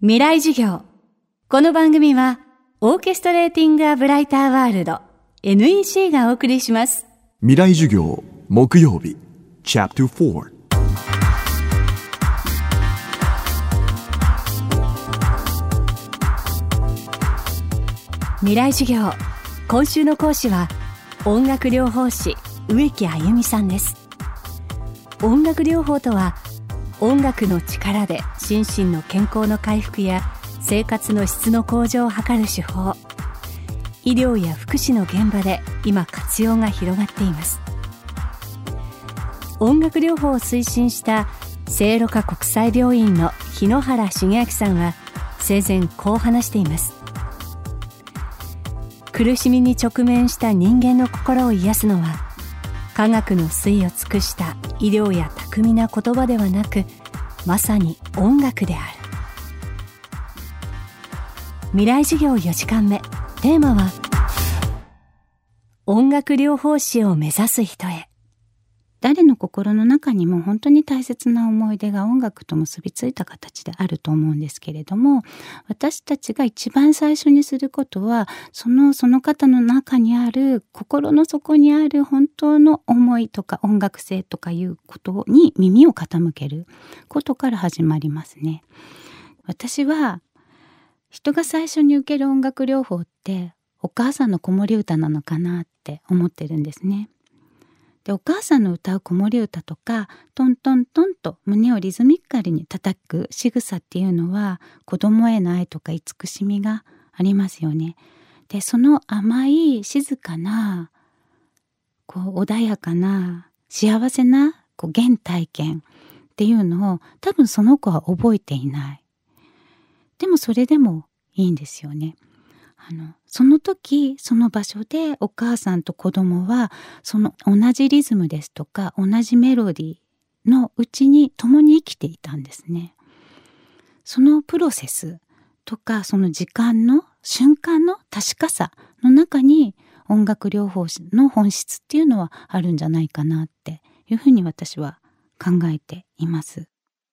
未来授業。この番組はオーケストレーティングアブライターワールド NEC がお送りします。 未来授業木曜日チャプター4。 未来授業、今週の講師は音楽療法士植木あゆみさんです。音楽療法とは、音楽の力で心身の健康の回復や生活の質の向上を図る手法。医療や福祉の現場で今活用が広がっています。音楽療法を推進した聖路加国際病院の日野原重明さんは生前こう話しています。苦しみに直面した人間の心を癒すのは、科学の粋を尽くした医療や巧みな言葉ではなく、まさに音楽である。未来授業4時間目、テーマは音楽療法士を目指す人へ。 誰の心の中にも本当に大切な思い出が音楽と結びついた形であると思うんですけれども、私たちが一番最初にすることは、その方の中にある心の底にある本当の思いとか音楽性とかいうことに耳を傾けることから始まりますね。私は人が最初に受ける音楽療法ってお母さんの子守歌なのかなって思ってるんですね。で、お母さんの歌う子守歌とか、トントントンと胸をリズミカルに叩く仕草っていうのは、子供への愛とか慈しみがありますよね。で、その甘い静かな穏やかな幸せな原体験っていうのを多分その子は覚えていない。でもそれでもいいんですよね。その時その場所でお母さんと子供はその同じリズムですとか同じメロディーのうちに共に生きていたんですね。そのプロセスとかその時間の瞬間の確かさの中に音楽療法士の本質っていうのはあるんじゃないかなっていうふうに私は考えています。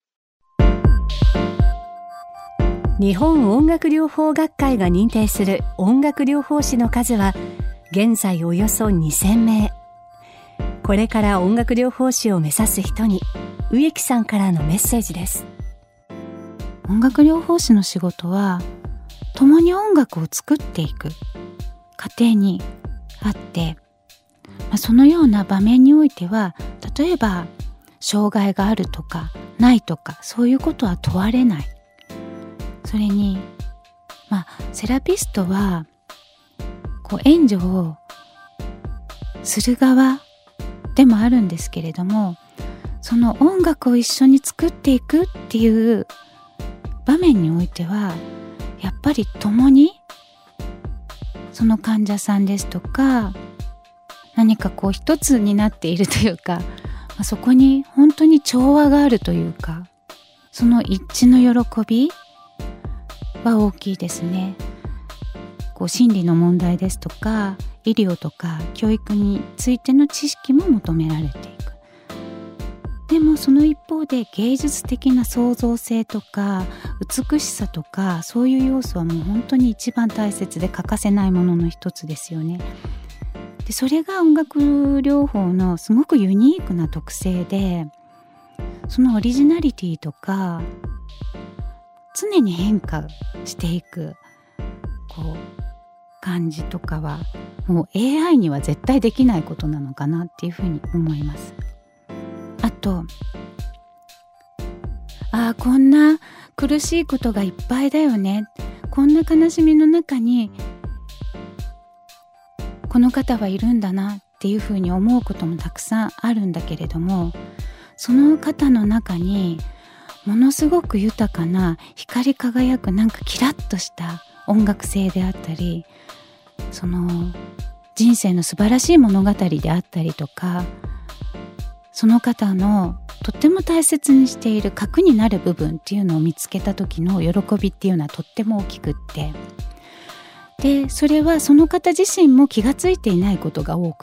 日本音楽療法学会が認定する音楽療法士の数は現在およそ2000名。これから音楽療法士を目指す人に植木さんからのメッセージです。 音楽療法士の仕事は共に音楽を作っていく過程にあって、そのような場面においては、例えば障害があるとかないとかそういうことは問われない。それに、セラピストは援助をする側でもあるんですけれども、その音楽を一緒に作っていくっていう場面においては、やっぱり共にその患者さんですとか何か一つになっているというか、そこに本当に調和があるというか、その一致の喜びは大きいですね。心理の問題ですとか医療とか教育についての知識も求められていく。でもその一方で芸術的な創造性とか美しさとか、そういう要素はもう本当に一番大切で欠かせないものの一つですよね。で、それが音楽療法のすごくユニークな特性で、そのオリジナリティとか常に変化していく感じとかは、もう AI には絶対できないことなのかなっていうふうに思います。あと、こんな苦しいことがいっぱいだよね、こんな悲しみの中にこの方はいるんだなっていうふうに思うこともたくさんあるんだけれども、その方の中にものすごく豊かな光り輝くキラッとした音楽性であったり、その人生の素晴らしい物語であったりとか、その方のとっても大切にしている核になる部分っていうのを見つけた時の喜びっていうのはとっても大きくって、でそれはその方自身も気がついていないことが多くって、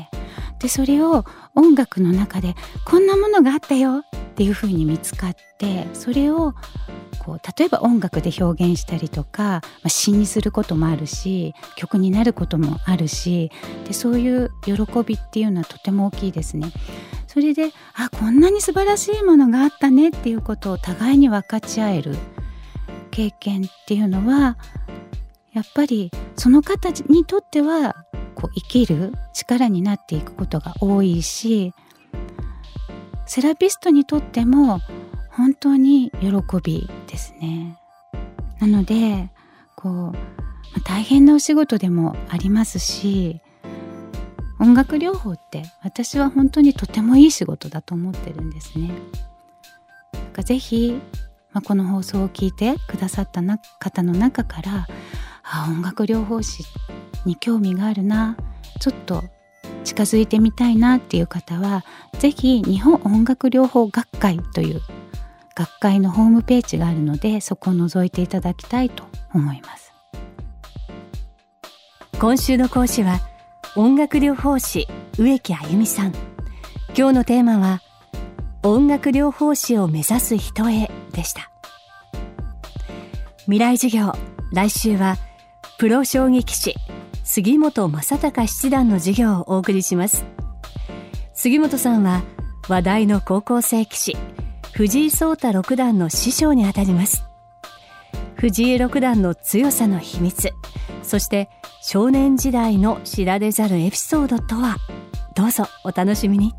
でそれを音楽の中でこんなものがあったよっていうふうに見つかって、それを例えば音楽で表現したりとか、詩にすることもあるし、曲になることもあるし、でそういう喜びっていうのはとても大きいですね。それでこんなに素晴らしいものがあったねっていうことを互いに分かち合える経験っていうのは、やっぱりその方にとっては生きる力になっていくことが多いし、セラピストにとっても本当に喜びですね。なので大変なお仕事でもありますし、音楽療法って私は本当にとてもいい仕事だと思ってるんですね。ぜひ、この放送を聞いてくださった方の中から、音楽療法士に興味があるな、ちょっと近づいてみたいなっていう方は、ぜひ日本音楽療法学会という学会のホームページがあるので、そこを覗いていただきたいと思います。 今週の講師は音楽療法士植木あゆみさん。今日のテーマは音楽療法士を目指す人へでした。未来授業、来週はプロ将棋棋士杉本昌隆七段の授業をお送りします。杉本さんは話題の高校生棋士藤井聡太六段の師匠にあたります。藤井六段の強さの秘密、そして少年時代の知られざるエピソードとは。どうぞお楽しみに。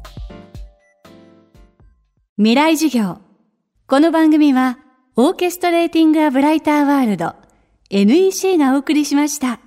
未来授業、この番組はオーケストレーティング・ア・ブライター・ワールド NEC がお送りしました。